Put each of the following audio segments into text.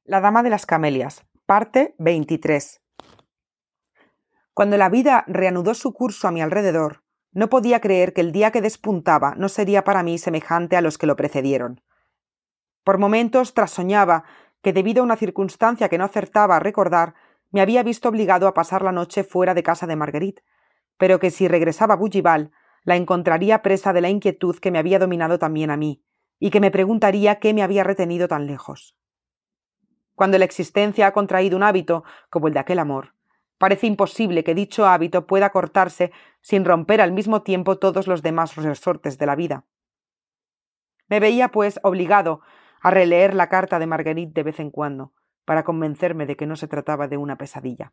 La dama de las camelias, parte 23. Cuando la vida reanudó su curso a mi alrededor, no podía creer que el día que despuntaba no sería para mí semejante a los que lo precedieron. Por momentos trasoñaba que, debido a una circunstancia que no acertaba a recordar, me había visto obligado a pasar la noche fuera de casa de Marguerite, pero que si regresaba a Bougival, la encontraría presa de la inquietud que me había dominado también a mí, y que me preguntaría qué me había retenido tan lejos. Cuando la existencia ha contraído un hábito como el de aquel amor, parece imposible que dicho hábito pueda cortarse sin romper al mismo tiempo todos los demás resortes de la vida. Me veía, pues, obligado a releer la carta de Marguerite de vez en cuando, para convencerme de que no se trataba de una pesadilla.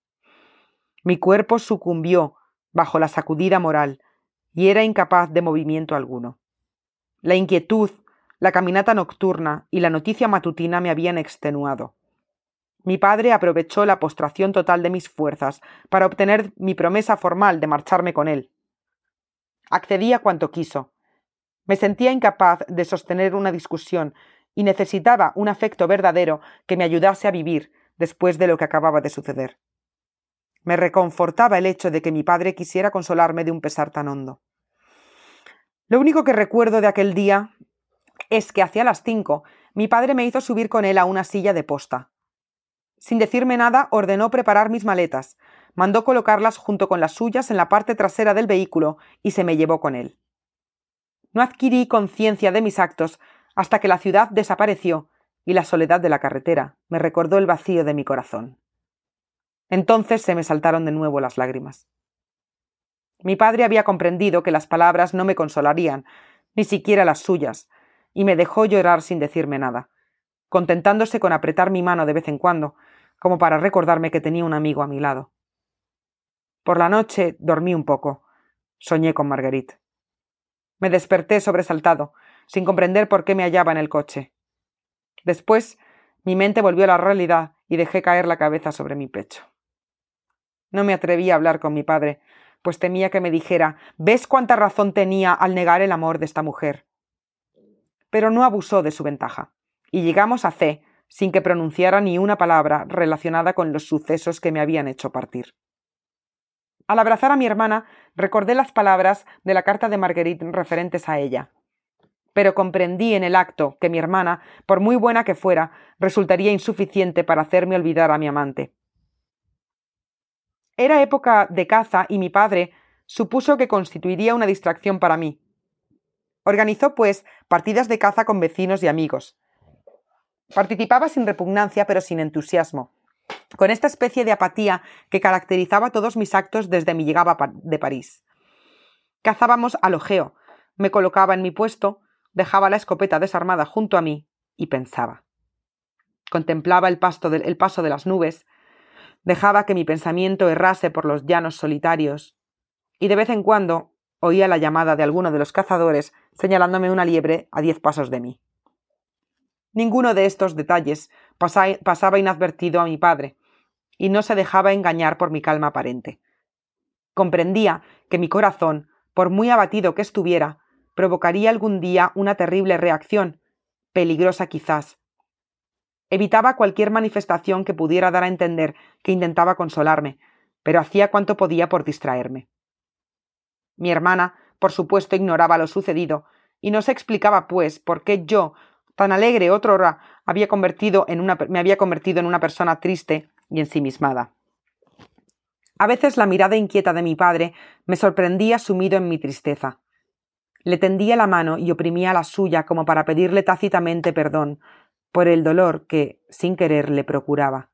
Mi cuerpo sucumbió bajo la sacudida moral y era incapaz de movimiento alguno. La inquietud, la caminata nocturna y la noticia matutina me habían extenuado. Mi padre aprovechó la postración total de mis fuerzas para obtener mi promesa formal de marcharme con él. Accedí a cuanto quiso. Me sentía incapaz de sostener una discusión y necesitaba un afecto verdadero que me ayudase a vivir después de lo que acababa de suceder. Me reconfortaba el hecho de que mi padre quisiera consolarme de un pesar tan hondo. Lo único que recuerdo de aquel día es que hacia las 5 mi padre me hizo subir con él a una silla de posta. Sin decirme nada, ordenó preparar mis maletas, mandó colocarlas junto con las suyas en la parte trasera del vehículo y se me llevó con él. No adquirí conciencia de mis actos hasta que la ciudad desapareció y la soledad de la carretera me recordó el vacío de mi corazón. Entonces se me saltaron de nuevo las lágrimas. Mi padre había comprendido que las palabras no me consolarían, ni siquiera las suyas, y me dejó llorar sin decirme nada, contentándose con apretar mi mano de vez en cuando, como para recordarme que tenía un amigo a mi lado. Por la noche dormí un poco. Soñé con Marguerite. Me desperté sobresaltado, sin comprender por qué me hallaba en el coche. Después, mi mente volvió a la realidad y dejé caer la cabeza sobre mi pecho. No me atreví a hablar con mi padre, pues temía que me dijera: «¿Ves cuánta razón tenía al negar el amor de esta mujer?». Pero no abusó de su ventaja, y llegamos a C sin que pronunciara ni una palabra relacionada con los sucesos que me habían hecho partir. Al abrazar a mi hermana, recordé las palabras de la carta de Marguerite referentes a ella. Pero comprendí en el acto que mi hermana, por muy buena que fuera, resultaría insuficiente para hacerme olvidar a mi amante. Era época de caza y mi padre supuso que constituiría una distracción para mí. Organizó, pues, partidas de caza con vecinos y amigos. Participaba sin repugnancia, pero sin entusiasmo, con esta especie de apatía que caracterizaba todos mis actos desde mi llegada de París. Cazábamos al ojeo, me colocaba en mi puesto, dejaba la escopeta desarmada junto a mí y pensaba. Contemplaba el paso de las nubes, dejaba que mi pensamiento errase por los llanos solitarios, y de vez en cuando oía la llamada de alguno de los cazadores señalándome una liebre a 10 pasos de mí. Ninguno de estos detalles pasaba inadvertido a mi padre, y no se dejaba engañar por mi calma aparente. Comprendía que mi corazón, por muy abatido que estuviera, provocaría algún día una terrible reacción, peligrosa quizás. Evitaba cualquier manifestación que pudiera dar a entender que intentaba consolarme, pero hacía cuanto podía por distraerme. Mi hermana, por supuesto, ignoraba lo sucedido, y no se explicaba, pues, por qué yo, tan alegre otrora, me había convertido en una persona triste y ensimismada. A veces la mirada inquieta de mi padre me sorprendía sumido en mi tristeza. Le tendía la mano y oprimía la suya como para pedirle tácitamente perdón por el dolor que, sin querer, le procuraba.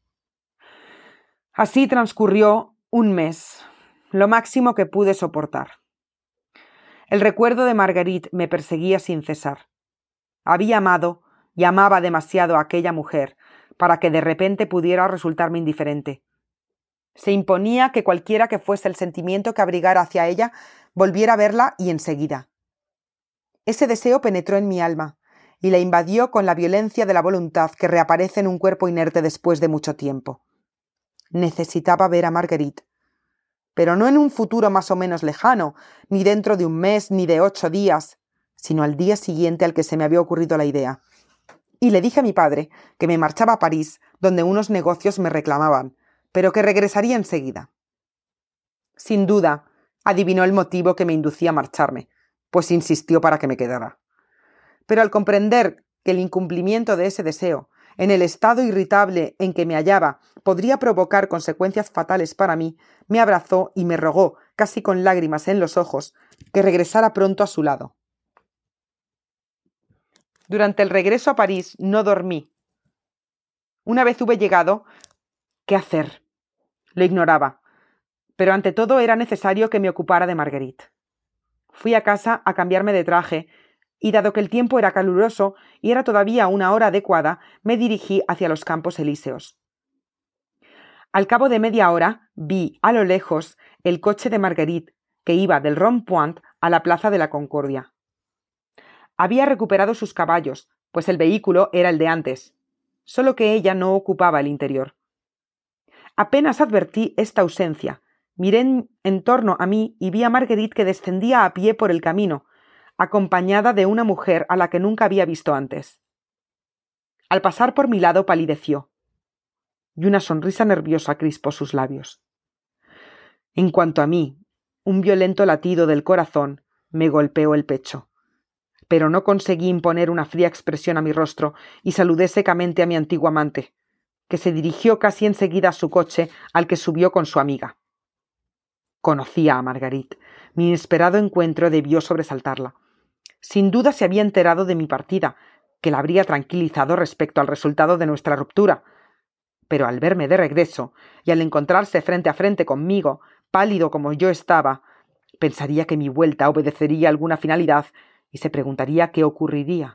Así transcurrió un mes, lo máximo que pude soportar. El recuerdo de Marguerite me perseguía sin cesar. Había amado y amaba demasiado a aquella mujer para que de repente pudiera resultarme indiferente. Se imponía que cualquiera que fuese el sentimiento que abrigara hacia ella, volviera a verla y enseguida. Ese deseo penetró en mi alma y la invadió con la violencia de la voluntad que reaparece en un cuerpo inerte después de mucho tiempo. Necesitaba ver a Marguerite, pero no en un futuro más o menos lejano, ni dentro de un mes ni de 8 días, sino al día siguiente al que se me había ocurrido la idea. y le dije a mi padre que me marchaba a París, donde unos negocios me reclamaban, pero que regresaría enseguida. Sin duda, adivinó el motivo que me inducía a marcharme, pues insistió para que me quedara. Pero al comprender que el incumplimiento de ese deseo, en el estado irritable en que me hallaba, podría provocar consecuencias fatales para mí, me abrazó y me rogó, casi con lágrimas en los ojos, que regresara pronto a su lado. Durante el regreso a París no dormí. Una vez hube llegado, ¿qué hacer? Lo ignoraba, pero ante todo era necesario que me ocupara de Marguerite. Fui a casa a cambiarme de traje, y dado que el tiempo era caluroso y era todavía una hora adecuada, me dirigí hacia los Campos Elíseos. Al cabo de media hora vi, a lo lejos, el coche de Marguerite, que iba del Rond-Point a la Plaza de la Concordia. Había recuperado sus caballos, pues el vehículo era el de antes, solo que ella no ocupaba el interior. Apenas advertí esta ausencia, miré en torno a mí y vi a Marguerite que descendía a pie por el camino, acompañada de una mujer a la que nunca había visto antes. Al pasar por mi lado palideció, y una sonrisa nerviosa crispó sus labios. En cuanto a mí, un violento latido del corazón me golpeó el pecho, pero no conseguí imponer una fría expresión a mi rostro y saludé secamente a mi antiguo amante, que se dirigió casi enseguida a su coche, al que subió con su amiga. Conocía a Marguerite. Mi inesperado encuentro debió sobresaltarla. Sin duda se había enterado de mi partida, que la habría tranquilizado respecto al resultado de nuestra ruptura. Pero al verme de regreso, y al encontrarse frente a frente conmigo, pálido como yo estaba, pensaría que mi vuelta obedecería a alguna finalidad y se preguntaría qué ocurriría.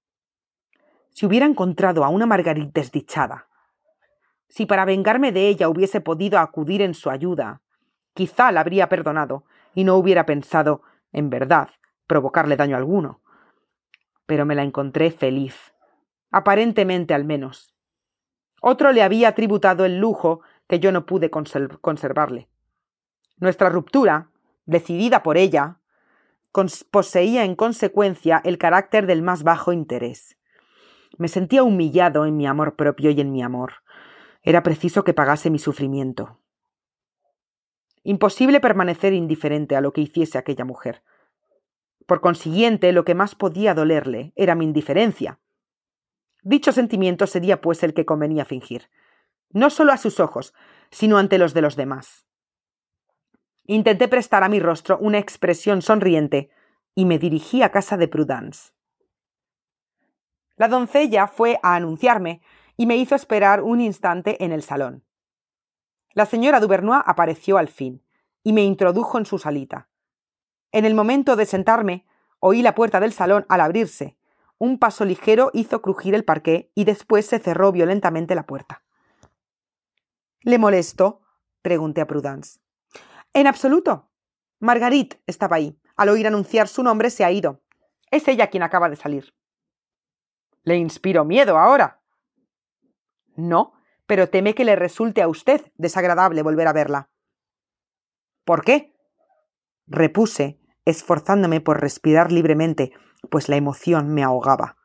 Si hubiera encontrado a una Marguerite desdichada, si para vengarme de ella hubiese podido acudir en su ayuda, quizá la habría perdonado y no hubiera pensado, en verdad, provocarle daño alguno. Pero me la encontré feliz, aparentemente al menos. Otro le había tributado el lujo que yo no pude conservarle. Nuestra ruptura, decidida por ella, poseía en consecuencia el carácter del más bajo interés. Me sentía humillado en mi amor propio y en mi amor. Era preciso que pagase mi sufrimiento. Imposible permanecer indiferente a lo que hiciese aquella mujer. Por consiguiente, lo que más podía dolerle era mi indiferencia. Dicho sentimiento sería, pues, el que convenía fingir, no solo a sus ojos, sino ante los de los demás. Intenté prestar a mi rostro una expresión sonriente y me dirigí a casa de Prudence. La doncella fue a anunciarme y me hizo esperar un instante en el salón. La señora Duvernoy apareció al fin y me introdujo en su salita. En el momento de sentarme, oí la puerta del salón al abrirse. Un paso ligero hizo crujir el parqué y después se cerró violentamente la puerta. ¿Le molesto?, pregunté a Prudence. En absoluto. Marguerite estaba ahí. Al oír anunciar su nombre se ha ido. Es ella quien acaba de salir. ¿Le inspiro miedo ahora? No, pero teme que le resulte a usted desagradable volver a verla. ¿Por qué?, repuse, esforzándome por respirar libremente, pues la emoción me ahogaba.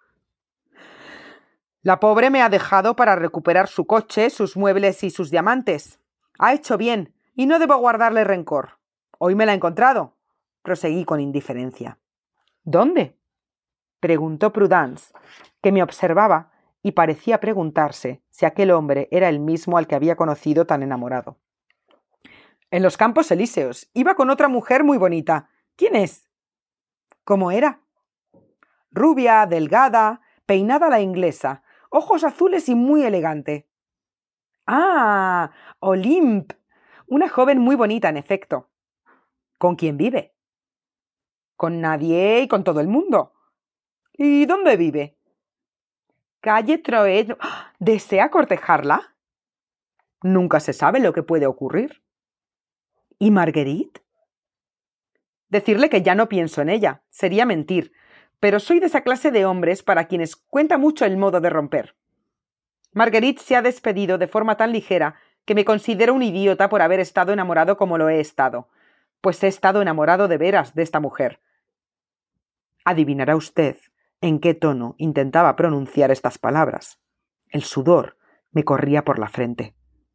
La pobre me ha dejado para recuperar su coche, sus muebles y sus diamantes. Ha hecho bien, y no debo guardarle rencor. Hoy me la he encontrado. Proseguí con indiferencia. ¿Dónde?, preguntó Prudence, que me observaba y parecía preguntarse si aquel hombre era el mismo al que había conocido tan enamorado. En los Campos Elíseos. Iba con otra mujer muy bonita. ¿Quién es? ¿Cómo era? Rubia, delgada, peinada a la inglesa, ojos azules y muy elegante. Ah, Olympe. Una joven muy bonita, en efecto. ¿Con quién vive? Con nadie y con todo el mundo. ¿Y dónde vive? Calle Troet. ¿Desea cortejarla? Nunca se sabe lo que puede ocurrir. ¿Y Marguerite? Decirle que ya no pienso en ella sería mentir, pero soy de esa clase de hombres para quienes cuenta mucho el modo de romper. Marguerite se ha despedido de forma tan ligera que me considero un idiota por haber estado enamorado como lo he estado, pues he estado enamorado de veras de esta mujer. Adivinará usted en qué tono intentaba pronunciar estas palabras. El sudor me corría por la frente.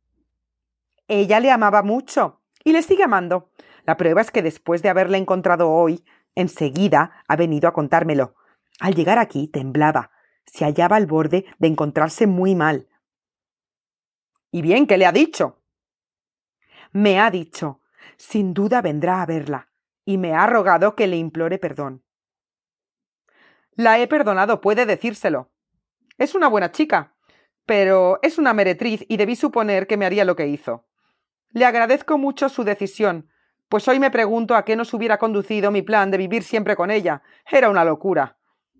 Ella le amaba mucho y le sigue amando. La prueba es que después de haberle encontrado hoy, enseguida ha venido a contármelo. Al llegar aquí temblaba. Se hallaba al borde de encontrarse muy mal. ¿Y bien, qué le ha dicho? Me ha dicho, sin duda vendrá a verla, y me ha rogado que le implore perdón. La he perdonado, puede decírselo. Es una buena chica, pero es una meretriz y debí suponer que me haría lo que hizo. Le agradezco mucho su decisión, pues hoy me pregunto a qué nos hubiera conducido mi plan de vivir siempre con ella. Era una locura.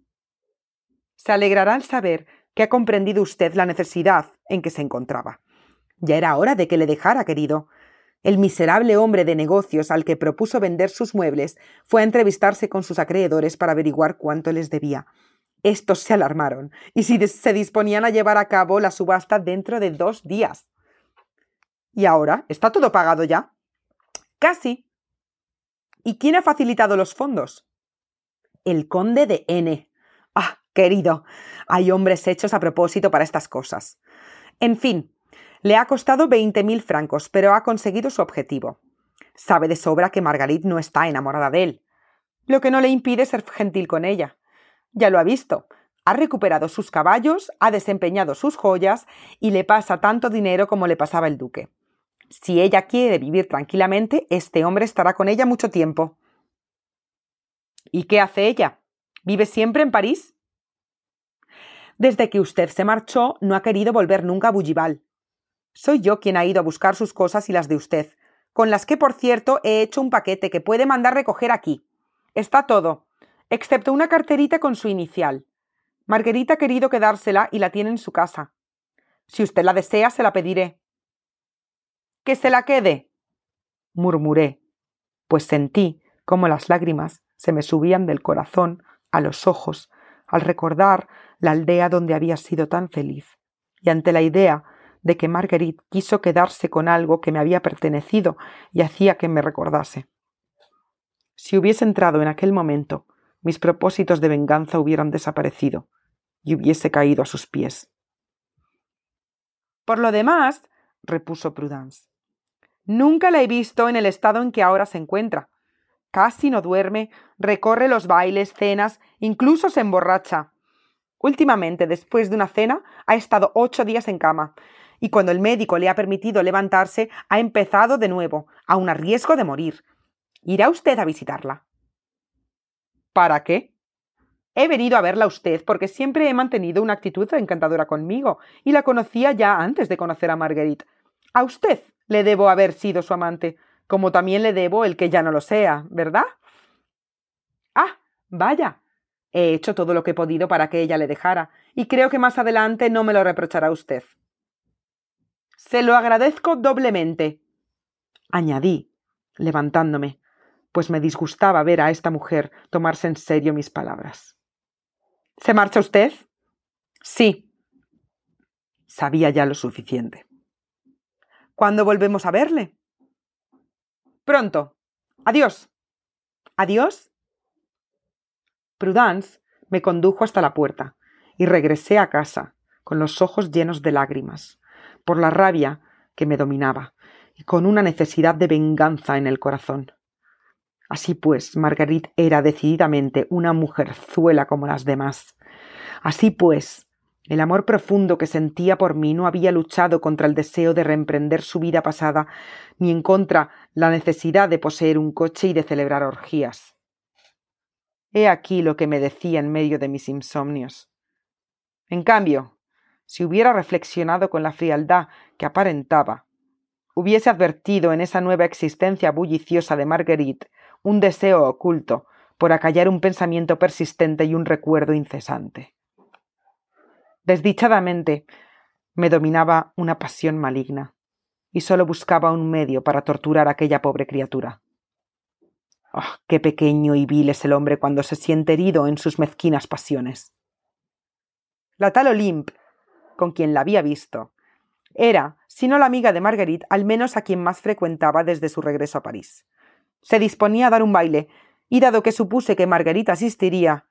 Se alegrará al saber que ha comprendido usted la necesidad en que se encontraba. Ya era hora de que le dejara, querido. El miserable hombre de negocios al que propuso vender sus muebles fue a entrevistarse con sus acreedores para averiguar cuánto les debía. Estos se alarmaron y se disponían a llevar a cabo la subasta dentro de 2 días. ¿Y ahora? ¿Está todo pagado ya? Casi. ¿Y quién ha facilitado los fondos? El conde de N. Ah, querido, hay hombres hechos a propósito para estas cosas. En fin, le ha costado 20.000 francos, pero ha conseguido su objetivo. Sabe de sobra que Marguerite no está enamorada de él, lo que no le impide ser gentil con ella. Ya lo ha visto. Ha recuperado sus caballos, ha desempeñado sus joyas y le pasa tanto dinero como le pasaba el duque. Si ella quiere vivir tranquilamente, este hombre estará con ella mucho tiempo. ¿Y qué hace ella? ¿Vive siempre en París? Desde que usted se marchó, no ha querido volver nunca a Bougival. Soy yo quien ha ido a buscar sus cosas y las de usted, con las que, por cierto, he hecho un paquete que puede mandar recoger aquí. Está todo, excepto una carterita con su inicial. Marguerite ha querido quedársela y la tiene en su casa. Si usted la desea, se la pediré. —¡Que se la quede! —murmuré, pues sentí cómo las lágrimas se me subían del corazón a los ojos al recordar la aldea donde había sido tan feliz, y ante la idea de que Marguerite quiso quedarse con algo que me había pertenecido y hacía que me recordase. Si hubiese entrado en aquel momento, mis propósitos de venganza hubieran desaparecido y hubiese caído a sus pies. Por lo demás, repuso Prudence, nunca la he visto en el estado en que ahora se encuentra. Casi no duerme, recorre los bailes, cenas, incluso se emborracha. Últimamente, después de una cena, ha estado 8 días en cama, y cuando el médico le ha permitido levantarse, ha empezado de nuevo, aun a riesgo de morir. ¿Irá usted a visitarla? ¿Para qué? He venido a verla a usted porque siempre he mantenido una actitud encantadora conmigo, y la conocía ya antes de conocer a Marguerite. A usted le debo haber sido su amante, como también le debo el que ya no lo sea, ¿verdad? Ah, vaya. He hecho todo lo que he podido para que ella le dejara, y creo que más adelante no me lo reprochará usted. Se lo agradezco doblemente, añadí, levantándome, pues me disgustaba ver a esta mujer tomarse en serio mis palabras. ¿Se marcha usted? Sí. Sabía ya lo suficiente. ¿Cuándo volvemos a verle? Pronto. Adiós. ¿Adiós? Prudence me condujo hasta la puerta y regresé a casa con los ojos llenos de lágrimas, por la rabia que me dominaba y con una necesidad de venganza en el corazón. Así pues, Marguerite era decididamente una mujerzuela como las demás. Así pues, el amor profundo que sentía por mí no había luchado contra el deseo de reemprender su vida pasada, ni en contra la necesidad de poseer un coche y de celebrar orgías. He aquí lo que me decía en medio de mis insomnios. En cambio, si hubiera reflexionado con la frialdad que aparentaba, hubiese advertido en esa nueva existencia bulliciosa de Marguerite un deseo oculto por acallar un pensamiento persistente y un recuerdo incesante. Desdichadamente me dominaba una pasión maligna y solo buscaba un medio para torturar a aquella pobre criatura. ¡Oh, qué pequeño y vil es el hombre cuando se siente herido en sus mezquinas pasiones! La tal Olympe, con quien la había visto, era, si no la amiga de Marguerite, al menos a quien más frecuentaba desde su regreso a París. Se disponía a dar un baile, y dado que supuse que Marguerite asistiría,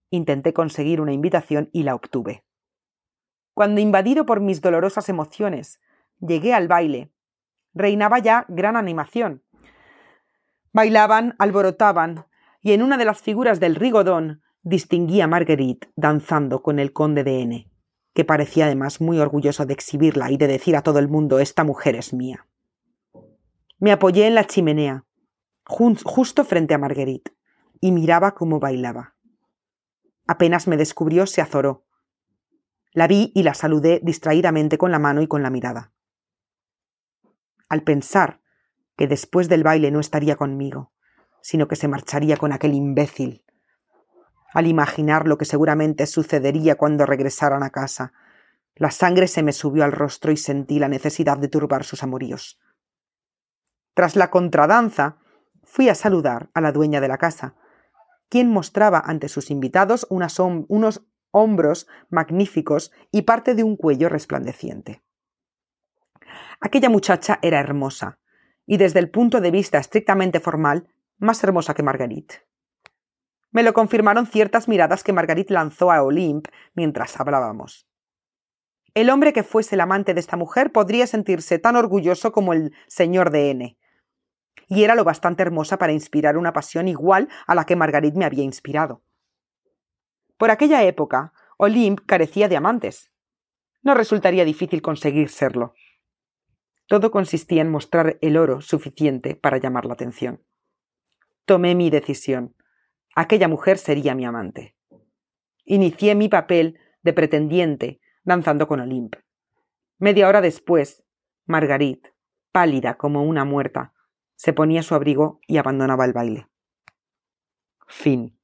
Intenté conseguir una invitación y la obtuve. Cuando, invadido por mis dolorosas emociones, llegué al baile, reinaba ya gran animación. Bailaban, alborotaban, y en una de las figuras del rigodón distinguí a Marguerite danzando con el conde de N, que parecía además muy orgulloso de exhibirla y de decir a todo el mundo: «Esta mujer es mía». Me apoyé en la chimenea, justo frente a Marguerite, y miraba cómo bailaba. Apenas me descubrió, se azoró. La vi y la saludé distraídamente con la mano y con la mirada. Al pensar que después del baile no estaría conmigo, sino que se marcharía con aquel imbécil, al imaginar lo que seguramente sucedería cuando regresaran a casa, la sangre se me subió al rostro y sentí la necesidad de turbar sus amoríos. Tras la contradanza, fui a saludar a la dueña de la casa, quien mostraba ante sus invitados unos hombros magníficos y parte de un cuello resplandeciente. Aquella muchacha era hermosa, y desde el punto de vista estrictamente formal, más hermosa que Marguerite. Me lo confirmaron ciertas miradas que Marguerite lanzó a Olympe mientras hablábamos. El hombre que fuese el amante de esta mujer podría sentirse tan orgulloso como el señor de N, y era lo bastante hermosa para inspirar una pasión igual a la que Marguerite me había inspirado. Por aquella época, Olympe carecía de amantes. No resultaría difícil conseguir serlo. Todo consistía en mostrar el oro suficiente para llamar la atención. Tomé mi decisión. Aquella mujer sería mi amante. Inicié mi papel de pretendiente danzando con Olympe. Media hora después, Marguerite, pálida como una muerta, se ponía su abrigo y abandonaba el baile. Fin.